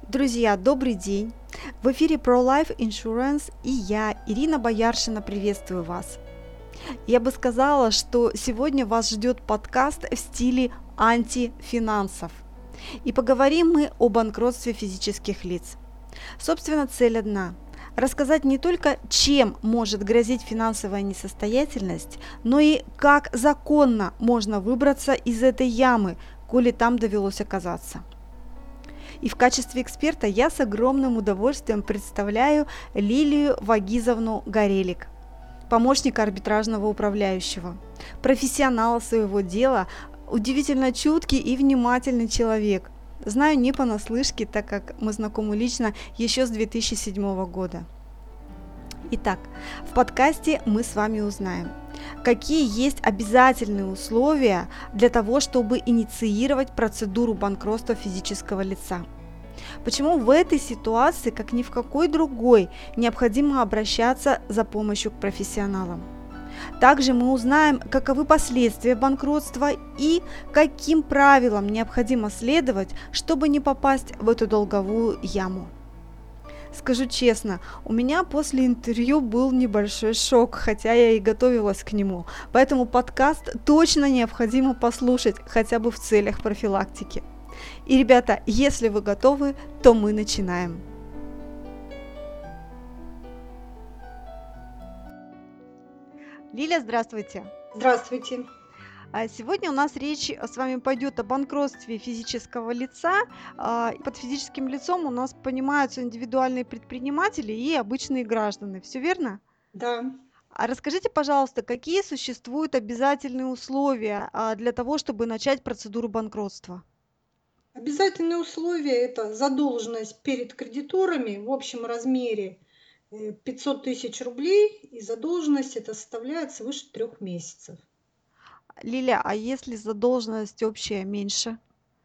Друзья, добрый день! В эфире ProLife Insurance и я, Ирина Бояршина, приветствую вас. Я бы сказала, что сегодня вас ждет подкаст в стиле антифинансов. И поговорим мы о банкротстве физических лиц. Собственно, цель одна – рассказать не только, чем может грозить финансовая несостоятельность, но и как законно можно выбраться из этой ямы, коли там довелось оказаться. И в качестве эксперта я с огромным удовольствием представляю Лилию Вагизовну Горелик, помощника арбитражного управляющего, профессионала своего дела, удивительно чуткий и внимательный человек. Знаю не понаслышке, так как мы знакомы лично еще с 2007 года. Итак, в подкасте мы с вами узнаем, какие есть обязательные условия для того, чтобы инициировать процедуру банкротства физического лица. Почему в этой ситуации, как ни в какой другой, необходимо обращаться за помощью к профессионалам. Также мы узнаем, каковы последствия банкротства и каким правилам необходимо следовать, чтобы не попасть в эту долговую яму. Скажу честно, у меня после интервью был небольшой шок, хотя я и готовилась к нему, поэтому подкаст точно необходимо послушать, хотя бы в целях профилактики. И, ребята, если вы готовы, то мы начинаем. Лиля, здравствуйте. Здравствуйте. Сегодня у нас речь с вами пойдет о банкротстве физического лица. Под физическим лицом у нас понимаются индивидуальные предприниматели и обычные граждане. Все верно? Да. А расскажите, пожалуйста, какие существуют обязательные условия для того, чтобы начать процедуру банкротства? Обязательные условия – это задолженность перед кредиторами в общем размере 500 тысяч рублей, и задолженность это составляет свыше 3 месяцев. Лиля, а если задолженность общая меньше?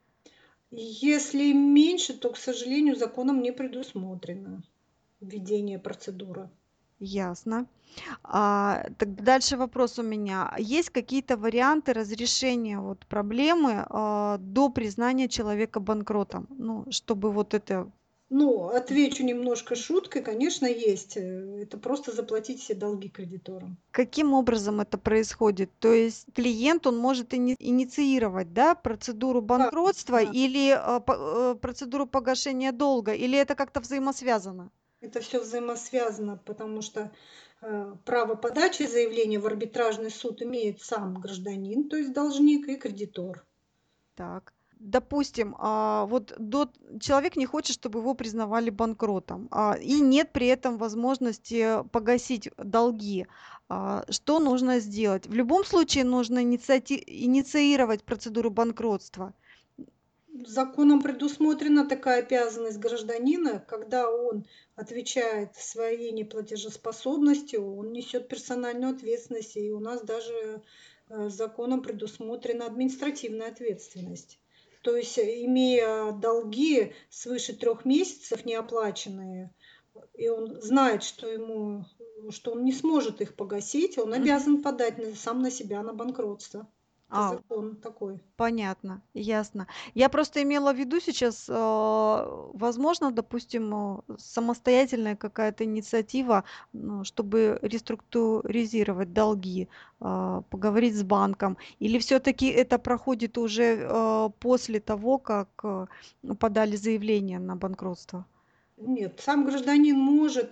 Если меньше, то, к сожалению, законом не предусмотрено введение процедуры. Ясно. Так дальше вопрос у меня. Есть какие-то варианты разрешения вот проблемы до признания человека банкротом? Ну, чтобы вот это... Ну, отвечу немножко шуткой, конечно, есть. Это просто заплатить все долги кредиторам. Каким образом это происходит? То есть клиент, он может инициировать, да, процедуру Да, банкротства да. или процедуру погашения долга, или это как-то взаимосвязано? Это все взаимосвязано, потому что право подачи заявления в арбитражный суд имеет сам гражданин, то есть должник и кредитор. Так. Допустим, человек не хочет, чтобы его признавали банкротом, и нет при этом возможности погасить долги. Что нужно сделать? В любом случае нужно инициировать процедуру банкротства. Законом предусмотрена такая обязанность гражданина, когда он отвечает своей неплатежеспособностью, он несет персональную ответственность, и у нас даже законом предусмотрена административная ответственность. То есть, имея долги свыше 3 месяцев неоплаченные, и он знает, что он не сможет их погасить, он Мгм. обязан подать сам на себя на банкротство. Это А, закон такой. Понятно, ясно. Я просто имела в виду сейчас, возможно, допустим, самостоятельная какая-то инициатива, ну, чтобы реструктуризировать долги, поговорить с банком, или все-таки это проходит уже после того, как подали заявление на банкротство? Нет, сам гражданин может,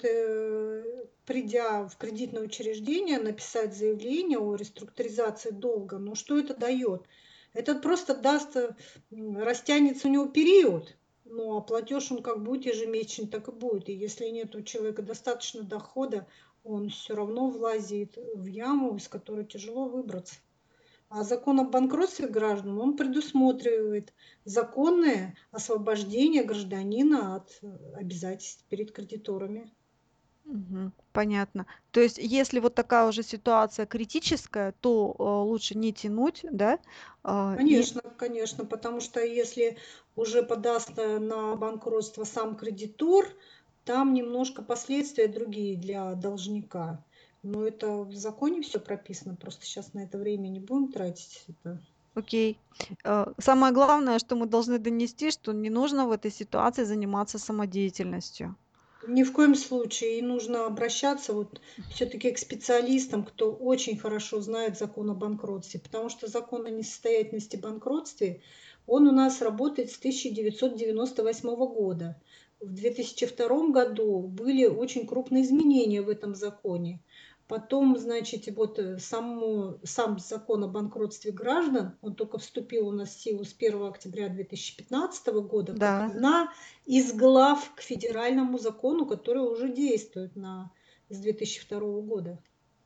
придя в кредитное учреждение, написать заявление о реструктуризации долга. Но что это дает? Это просто даст, растянется у него период, ну а платеж он как будет ежемесячный, так и будет. И если нет у человека достаточно дохода, он все равно влазит в яму, из которой тяжело выбраться. А закон о банкротстве граждан, он предусматривает законное освобождение гражданина от обязательств перед кредиторами. Мгм. Понятно. То есть, если вот такая уже ситуация критическая, то лучше не тянуть, да? И Конечно, конечно, потому что если уже подаст на банкротство сам кредитор, там немножко последствия другие для должника. Но это в законе все прописано, просто сейчас на это время не будем тратить. Это. Окей. Самое главное, что мы должны донести, что не нужно в этой ситуации заниматься самодеятельностью. Ни в коем случае. И нужно обращаться вот все-таки к специалистам, кто очень хорошо знает закон о банкротстве. Потому что закон о несостоятельности и банкротстве, он у нас работает с 1998 года. В 2002 году были очень крупные изменения в этом законе. Потом, значит, вот сам закон о банкротстве граждан, он только вступил у нас в силу с 1 октября 2015 года, как Да. одна из глав к федеральному закону, который уже действует с 2002 года.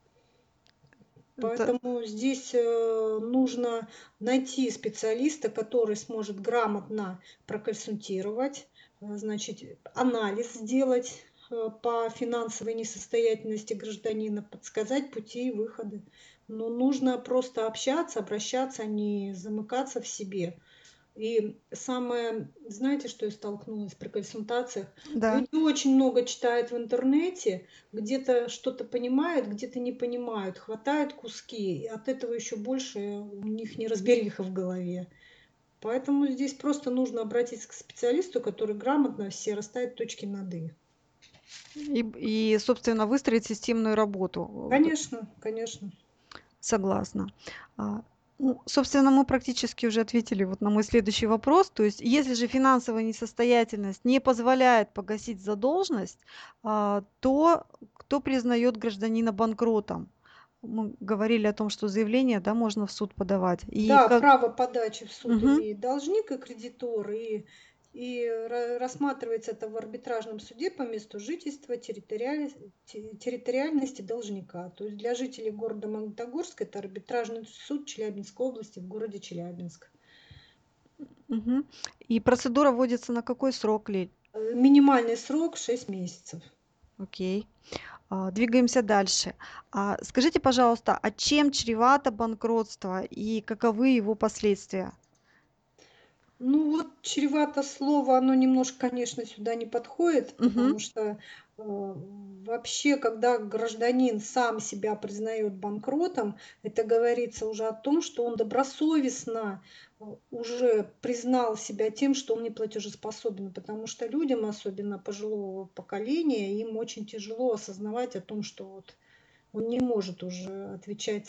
Это, Поэтому здесь нужно найти специалиста, который сможет грамотно проконсультировать, значит, анализ сделать по финансовой несостоятельности гражданина, подсказать пути и выходы. Но нужно просто общаться, обращаться, а не замыкаться в себе. И самое, знаете, что я столкнулась при консультациях? да. Люди очень много читают в интернете, где-то что-то понимают, где-то не понимают, хватают куски, и от этого еще больше у них неразбериха в голове. Поэтому здесь просто нужно обратиться к специалисту, который грамотно все расставит точки над «и». Собственно, выстроить системную работу. Конечно, конечно. Согласна. А, ну, собственно, мы практически уже ответили вот на мой следующий вопрос. То есть, если же финансовая несостоятельность не позволяет погасить задолженность, то кто признает гражданина банкротом? Мы говорили о том, что заявление, да, можно в суд подавать. И Да, как... право подачи в суд Мгм. имеет должник и кредитор, и рассматривается это в арбитражном суде по месту жительства, территориальности должника. То есть для жителей города Магнитогорска это арбитражный суд Челябинской области в городе Челябинск. Мгм. И процедура вводится на какой срок, Лиль? Минимальный срок 6 месяцев. Окей. Двигаемся дальше. Скажите, пожалуйста, а чем чревато банкротство и каковы его последствия? Ну вот чревато слово, оно немножко, конечно, сюда не подходит, Мгм. потому что вообще, когда гражданин сам себя признает банкротом, это говорится уже о том, что он добросовестно уже признал себя тем, что он не платежеспособен, потому что людям, особенно пожилого поколения, им очень тяжело осознавать о том, что вот он не может уже отвечать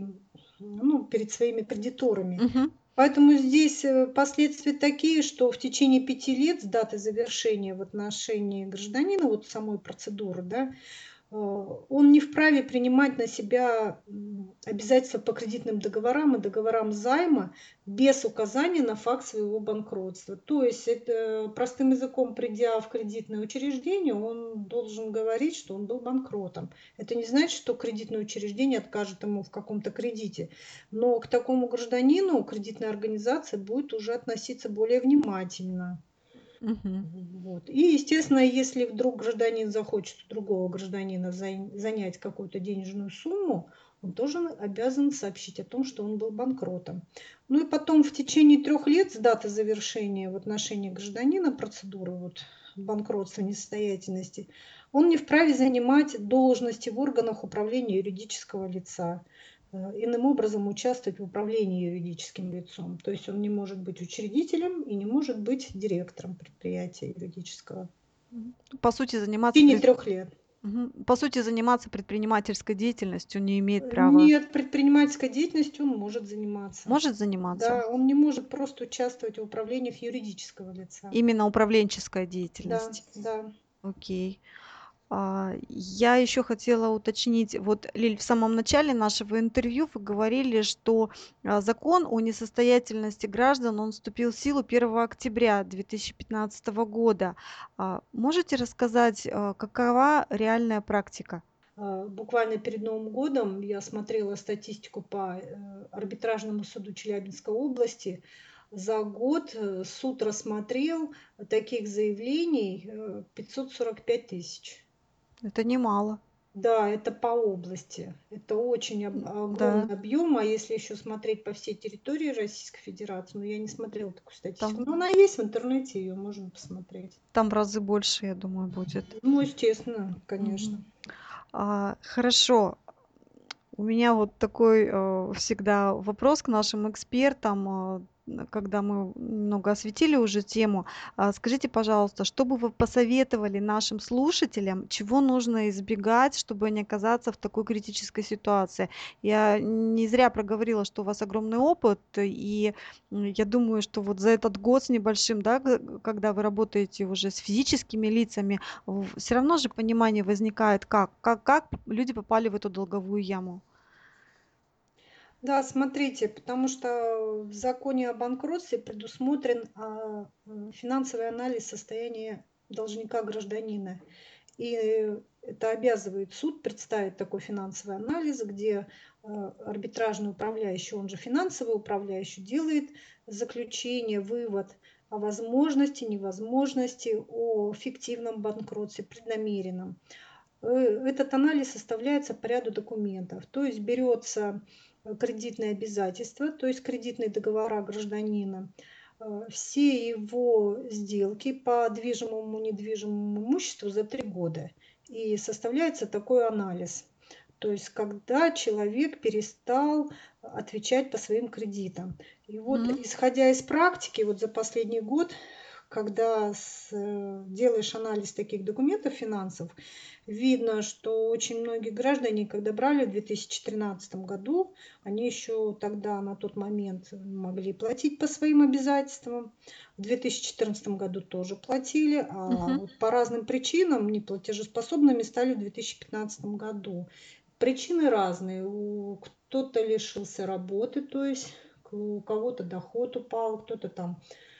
перед своими кредиторами. Мгм. Поэтому здесь последствия такие, что в течение 5 лет с даты завершения в отношении гражданина, вот самой процедуры, да, он не вправе принимать на себя обязательства по кредитным договорам и договорам займа без указания на факт своего банкротства. То есть, это, простым языком, придя в кредитное учреждение, он должен говорить, что он был банкротом. Это не значит, что кредитное учреждение откажет ему в каком-то кредите, но к такому гражданину кредитная организация будет уже относиться более внимательно. Мгм. Вот. И, естественно, если вдруг гражданин захочет у другого гражданина занять какую-то денежную сумму, он тоже обязан сообщить о том, что он был банкротом. Ну и потом в течение 3 лет с даты завершения в отношении гражданина процедуры банкротства, несостоятельности, он не вправе занимать должности в органах управления юридического лица, иным образом участвовать в управлении юридическим лицом. То есть он не может быть учредителем и не может быть директором предприятия юридического. По сути, В течение 3 лет. По сути, заниматься предпринимательской деятельностью не имеет права. Нет, предпринимательской деятельностью он может заниматься. Может заниматься? Да, он не может просто участвовать в управлениях юридического лица. Именно управленческая Да, деятельность. да. Окей. Я еще хотела уточнить, вот, Лиль, в самом начале нашего интервью вы говорили, что закон о несостоятельности граждан, он вступил в силу 1 октября 2015 года. Можете рассказать, какова реальная практика? Буквально перед Новым годом я смотрела статистику по арбитражному суду Челябинской области. За год суд рассмотрел таких заявлений 545 тысяч. Это немало. Да, это по области. Это очень Да, огромный объем, а если еще смотреть по всей территории Российской Федерации, ну я не смотрела такую статистику, там, но она есть в интернете, ее можно посмотреть. там в разы больше, я думаю, будет. Ну, естественно, Мгм. конечно. Хорошо. У меня вот такой всегда вопрос к нашим экспертам, когда мы много осветили уже тему. Скажите, пожалуйста, что бы вы посоветовали нашим слушателям, чего нужно избегать, чтобы не оказаться в такой критической ситуации? Я не зря проговорила, что у вас огромный опыт, и я думаю, что вот за этот год с небольшим, да, когда вы работаете уже с физическими лицами, все равно же понимание возникает, как люди попали в эту долговую яму. Да, смотрите, потому что в законе о банкротстве предусмотрен финансовый анализ состояния должника-гражданина. И это обязывает суд представить такой финансовый анализ, где арбитражный управляющий, он же финансовый управляющий, делает заключение, вывод о возможности, невозможности, о фиктивном банкротстве, преднамеренном. Этот анализ составляется по ряду документов. То есть берется кредитные обязательства, то есть кредитные договора гражданина, все его сделки по движимому, недвижимому имуществу за 3 года. И составляется такой анализ. То есть когда человек перестал отвечать по своим кредитам. И вот Мгм. исходя из практики, вот за последний год, когда делаешь анализ таких документов финансов, видно, что очень многие граждане, когда брали в 2013 году, они еще тогда на тот момент могли платить по своим обязательствам. В 2014 году тоже платили, а Мгм. вот по разным причинам неплатежеспособными стали в 2015 году. Причины разные. Кто-то лишился работы, то есть у кого-то доход упал, кто-то там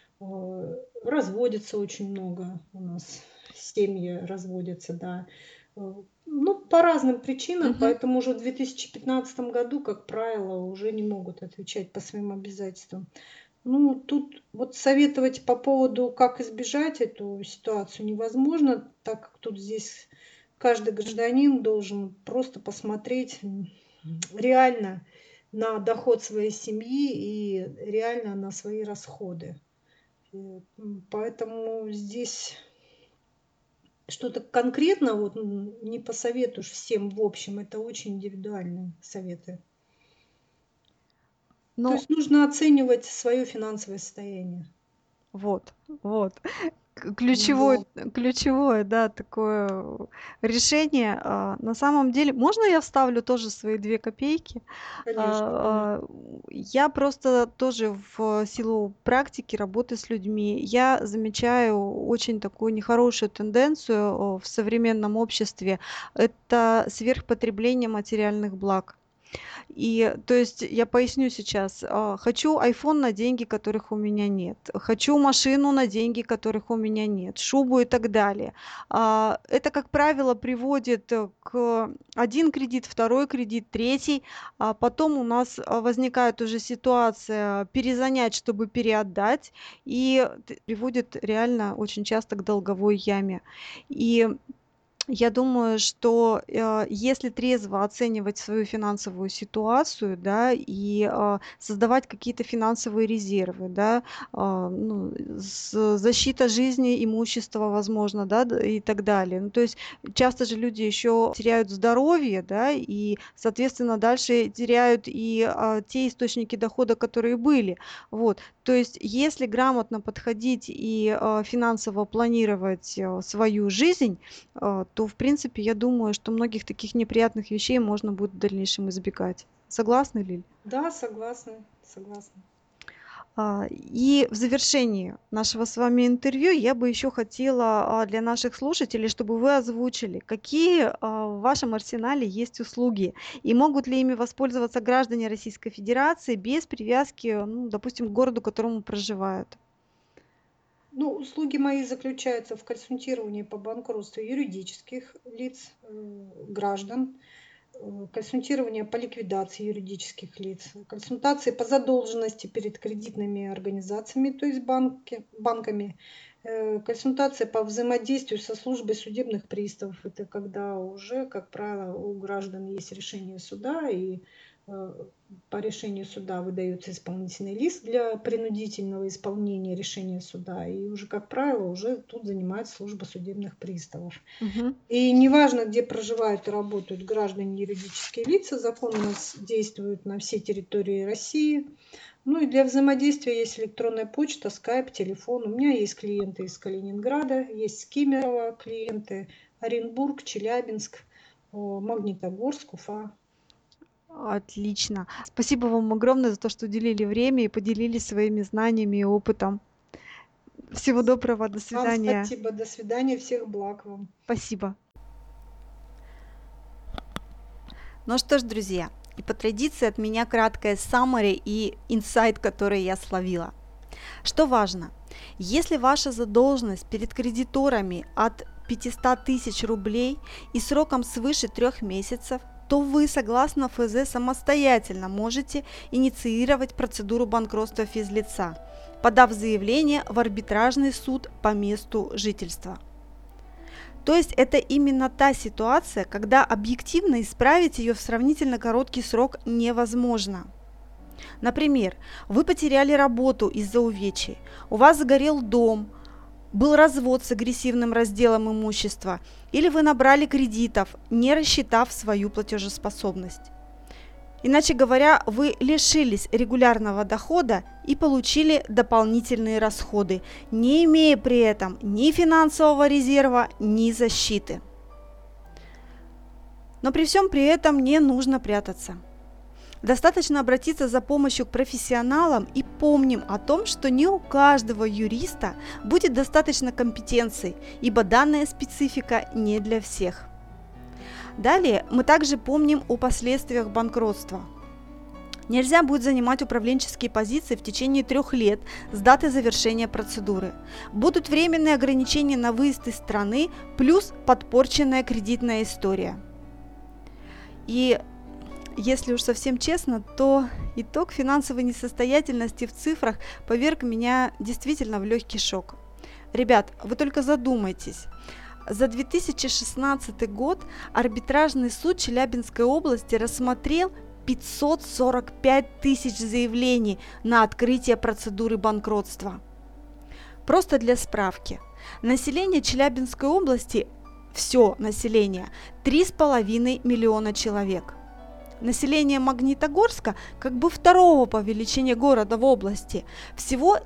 разводится очень много у нас, семьи разводятся, да. Ну, по разным причинам, Мгм. поэтому уже в 2015 году, как правило, уже не могут отвечать по своим обязательствам. Ну, тут вот советовать по поводу, как избежать эту ситуацию, невозможно, так как тут здесь каждый гражданин должен просто посмотреть реально на доход своей семьи и реально на свои расходы. Поэтому здесь что-то конкретно вот не посоветуешь всем в общем, это очень индивидуальные советы. То Ну, есть нужно оценивать свое финансовое состояние. вот, вот. Да, Ключевое, да, такое решение. На самом деле, можно я вставлю тоже свои 2 копейки? конечно, конечно. А, я просто тоже в силу практики работы с людьми, я замечаю очень такую нехорошую тенденцию, в современном обществе. Это сверхпотребление материальных благ. И, то есть, я поясню сейчас. Хочу iPhone на деньги, которых у меня нет. Хочу машину на деньги, которых у меня нет. Шубу и так далее. Это, как правило, приводит к один кредит, второй кредит, третий. А потом у нас возникает уже ситуация перезанять, чтобы переотдать. И приводит реально очень часто к долговой яме. И я думаю, что, если трезво оценивать свою финансовую ситуацию, да, и, создавать какие-то финансовые резервы, да, ну, защита жизни, имущества, возможно, да, и так далее. Ну, то есть часто же люди еще теряют здоровье, да, и, соответственно, дальше теряют и, те источники дохода, которые были. Вот. То есть если грамотно подходить и, финансово планировать, свою жизнь, то, в принципе, я думаю, что многих таких неприятных вещей можно будет в дальнейшем избегать. Согласны, Лиль? Да, согласна, согласна. И в завершении нашего с вами интервью я бы еще хотела для наших слушателей, чтобы вы озвучили, какие в вашем арсенале есть услуги и могут ли ими воспользоваться граждане Российской Федерации без привязки, ну, допустим, к городу, в котором проживают. Ну, услуги мои заключаются в консультировании по банкротству юридических лиц, граждан, консультирование по ликвидации юридических лиц, консультации по задолженности перед кредитными организациями, то есть банками, консультация по взаимодействию со службой судебных приставов. Это когда уже, как правило, у граждан есть решение суда, и по решению суда выдается исполнительный лист для принудительного исполнения решения суда, и уже, как правило, уже тут занимается служба судебных приставов. Мгм. И неважно, где проживают и работают граждане, юридические лица, закон у нас действует на всей территории России. Ну и для взаимодействия есть электронная почта, скайп, телефон. У меня есть клиенты из Калининграда, есть с Кемерово клиенты, Оренбург, Челябинск, Магнитогорск, Уфа. Отлично. Спасибо вам огромное за то, что уделили время и поделились своими знаниями и опытом. Всего доброго, до Вам свидания. спасибо, до свидания, всех благ вам. Спасибо. Ну что ж, друзья, и по традиции от меня краткое summary и инсайт, который я словила. Что важно, если ваша задолженность перед кредиторами от 500 тысяч рублей и сроком свыше 3 месяцев, то вы, согласно ФЗ, самостоятельно можете инициировать процедуру банкротства физлица, подав заявление в арбитражный суд по месту жительства. То есть это именно та ситуация, когда объективно исправить ее в сравнительно короткий срок невозможно. Например, вы потеряли работу из-за увечий, у вас загорел дом, был развод с агрессивным разделом имущества, или вы набрали кредитов, не рассчитав свою платежеспособность. Иначе говоря, вы лишились регулярного дохода и получили дополнительные расходы, не имея при этом ни финансового резерва, ни защиты. Но при всем при этом не нужно прятаться. Достаточно обратиться за помощью к профессионалам и помним о том, что не у каждого юриста будет достаточно компетенций, ибо данная специфика не для всех. Далее мы также помним о последствиях банкротства. Нельзя будет занимать управленческие позиции в течение 3 лет с даты завершения процедуры. Будут временные ограничения на выезд из страны, плюс подпорченная кредитная история. И если уж совсем честно, то итог финансовой несостоятельности в цифрах поверг меня действительно в легкий шок. Ребят, вы только задумайтесь. За 2016 год арбитражный суд Челябинской области рассмотрел 545 тысяч заявлений на открытие процедуры банкротства. Просто для справки. Население Челябинской области, все население, 3,5 миллиона человек. Население Магнитогорска, как бы второго по величине города в области, всего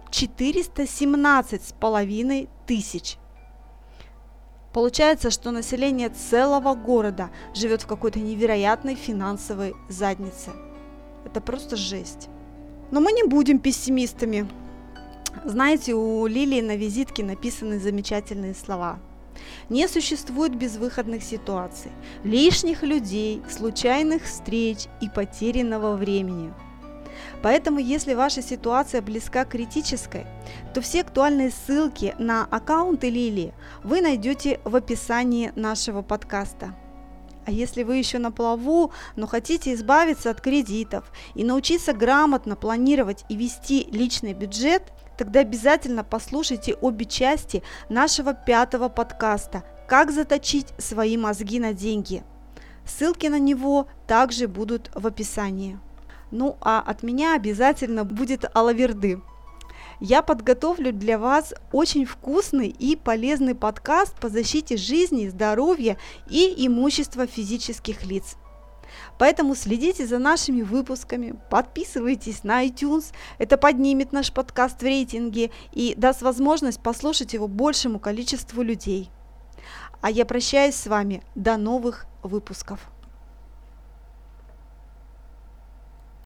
417,5 тысяч. Получается, что население целого города живет в какой-то невероятной финансовой заднице. Это просто жесть. Но мы не будем пессимистами. Знаете, у Лилии на визитке написаны замечательные слова. Не существует безвыходных ситуаций, лишних людей, случайных встреч и потерянного времени. Поэтому, если ваша ситуация близка к критической, то все актуальные ссылки на аккаунты Лилии вы найдете в описании нашего подкаста. А если вы еще на плаву, но хотите избавиться от кредитов и научиться грамотно планировать и вести личный бюджет, тогда обязательно послушайте обе части нашего 5-го подкаста «Как заточить свои мозги на деньги». Ссылки на него также будут в описании. Ну а от меня обязательно будет алаверды. Я подготовлю для вас очень вкусный и полезный подкаст по защите жизни, здоровья и имущества физических лиц. Поэтому следите за нашими выпусками, подписывайтесь на iTunes, это поднимет наш подкаст в рейтинге и даст возможность послушать его большему количеству людей. А я прощаюсь с вами, до новых выпусков.